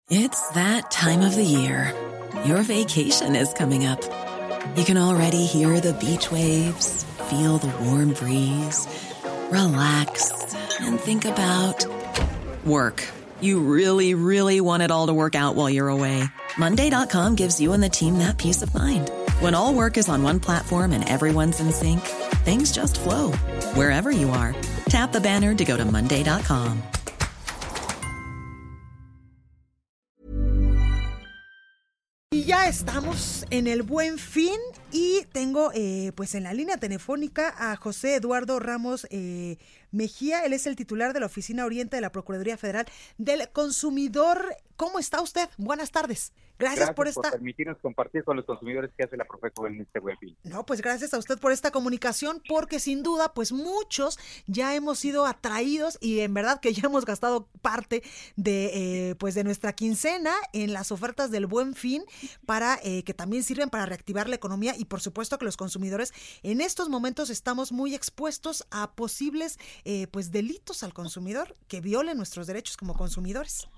It's that time of the year. Your vacation is coming up. You can already hear the beach waves, feel the warm breeze, relax, and think about work. You really, really want it all to work out while you're away. Monday.com gives you and the team that peace of mind. When all work is on one platform and everyone's in sync, things just flow. Wherever you are, tap the banner to go to Monday.com. Y ya estamos en el Buen Fin y tengo pues en la línea telefónica a José Eduardo Ramos Mejía. Él es el titular de la Oficina Oriente de la Procuraduría Federal del Consumidor. ¿Cómo está usted? Buenas tardes. Gracias por permitirnos compartir con los consumidores que hace la Profeco en este Buen Fin. No, pues gracias a usted por esta comunicación, porque sin duda, pues muchos ya hemos sido atraídos y en verdad que ya hemos gastado parte de pues de nuestra quincena en las ofertas del Buen Fin para que también sirven para reactivar la economía y por supuesto que los consumidores en estos momentos estamos muy expuestos a posibles pues delitos al consumidor que violen nuestros derechos como consumidores.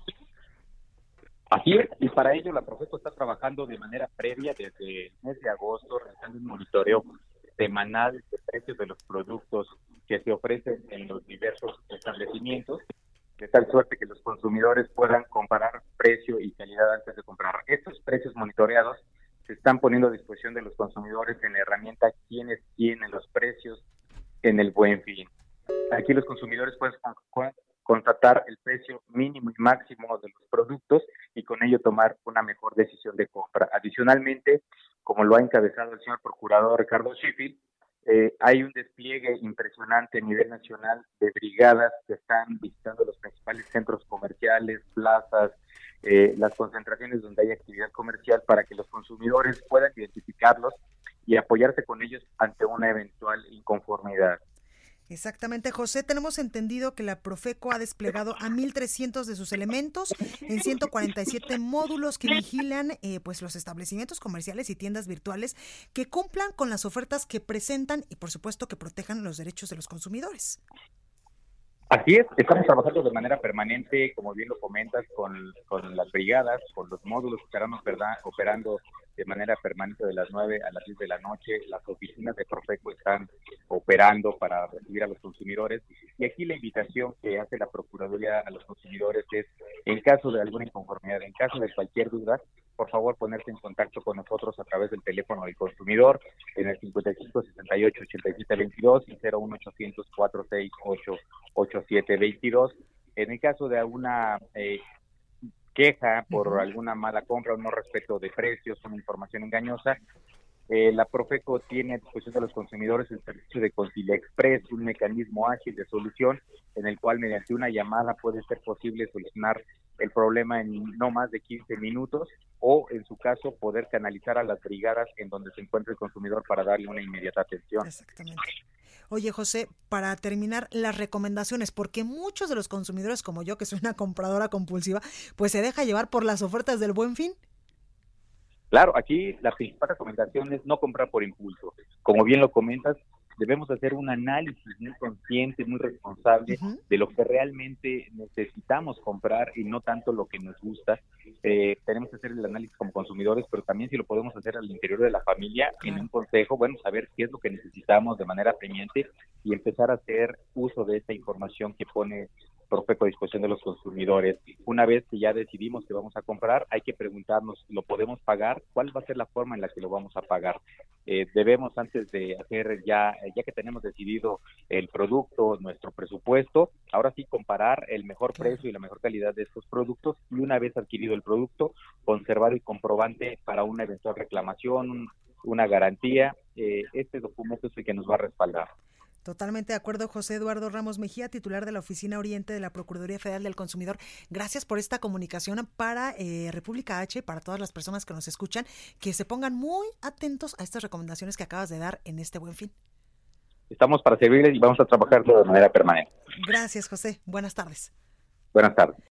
Así es, y para ello la Profeco está trabajando de manera previa desde el mes de agosto, realizando un monitoreo semanal de precios de los productos que se ofrecen en los diversos establecimientos, de tal suerte que los consumidores puedan comparar precio y calidad antes de comprar. Estos precios monitoreados se están poniendo a disposición de los consumidores en la herramienta Quienes tienen los precios en el Buen Fin. Aquí los consumidores pueden constatar el precio mínimo y máximo de los productos y con ello tomar una mejor decisión de compra. Adicionalmente, como lo ha encabezado el señor procurador Ricardo Sheffield, hay un despliegue impresionante a nivel nacional de brigadas que están visitando los principales centros comerciales, plazas, las concentraciones donde hay actividad comercial para que los consumidores puedan identificarlos y apoyarse con ellos ante una eventual inconformidad. Exactamente, José. Tenemos entendido que la Profeco ha desplegado a 1,300 de sus elementos en 147 módulos que vigilan pues los establecimientos comerciales y tiendas virtuales que cumplan con las ofertas que presentan y por supuesto que protejan los derechos de los consumidores. Así es, estamos trabajando de manera permanente, como bien lo comentas, con las brigadas, con los módulos que estarán operando de manera permanente de las 9 a las 10 de la noche. Las oficinas de Profeco están operando para recibir a los consumidores. Y aquí la invitación que hace la Procuraduría a los consumidores es, en caso de alguna inconformidad, en caso de cualquier duda, por favor ponerse en contacto con nosotros a través del teléfono del consumidor en el 55 68 87 22 y 01800 468 8722. En el caso de alguna queja por alguna mala compra o no respeto de precios, una información engañosa, la Profeco tiene a disposición de los consumidores el servicio de Concilia Express, un mecanismo ágil de solución en el cual mediante una llamada puede ser posible solucionar el problema en no más de 15 minutos o, en su caso, poder canalizar a las brigadas en donde se encuentre el consumidor para darle una inmediata atención. Exactamente. Oye, José, para terminar, las recomendaciones, porque muchos de los consumidores como yo, que soy una compradora compulsiva, pues se deja llevar por las ofertas del Buen Fin. Claro, aquí la principal recomendación es no comprar por impulso. Como bien lo comentas, debemos hacer un análisis muy consciente, muy responsable de lo que realmente necesitamos comprar y no tanto lo que nos gusta. Tenemos que hacer el análisis como consumidores, pero también si lo podemos hacer al interior de la familia, en un consejo, bueno, saber qué es lo que necesitamos de manera pendiente y empezar a hacer uso de esta información que pone Profeco a disposición de los consumidores. Una vez que ya decidimos que vamos a comprar, hay que preguntarnos, ¿lo podemos pagar? ¿Cuál va a ser la forma en la que lo vamos a pagar? Debemos, antes de hacer, ya que tenemos decidido el producto, nuestro presupuesto, ahora sí comparar el mejor precio y la mejor calidad de estos productos y una vez adquirido el producto, conservar el comprobante para una eventual reclamación, una garantía. Este documento es el que nos va a respaldar. Totalmente de acuerdo, José Eduardo Ramos Mejía, titular de la Oficina Oriente de la Procuraduría Federal del Consumidor. Gracias por esta comunicación para República H, para todas las personas que nos escuchan, que se pongan muy atentos a estas recomendaciones que acabas de dar en este Buen Fin. Estamos para servirles y vamos a trabajarlo de manera permanente. Gracias, José. Buenas tardes. Buenas tardes.